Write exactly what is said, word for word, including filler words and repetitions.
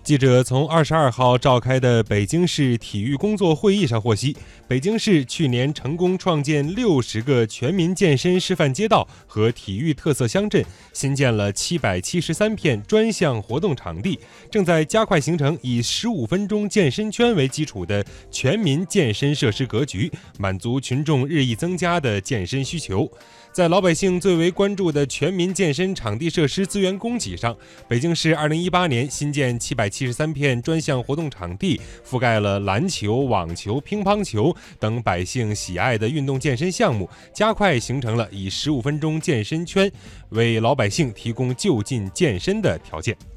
记者从二十二号召开的北京市体育工作会议上获悉，北京市去年成功创建六十个全民健身示范街道和体育特色乡镇，新建了七百七十三片专项活动场地，正在加快形成以十五分钟健身圈为基础的全民健身设施格局，满足群众日益增加的健身需求。在老百姓最为关注的全民健身场地设施资源供给上，北京市二零一八年新建七百七十三片专项活动场地，覆盖了篮球、网球、乒乓球等百姓喜爱的运动健身项目，加快形成了以十五分钟健身圈为老百姓提供就近健身的条件。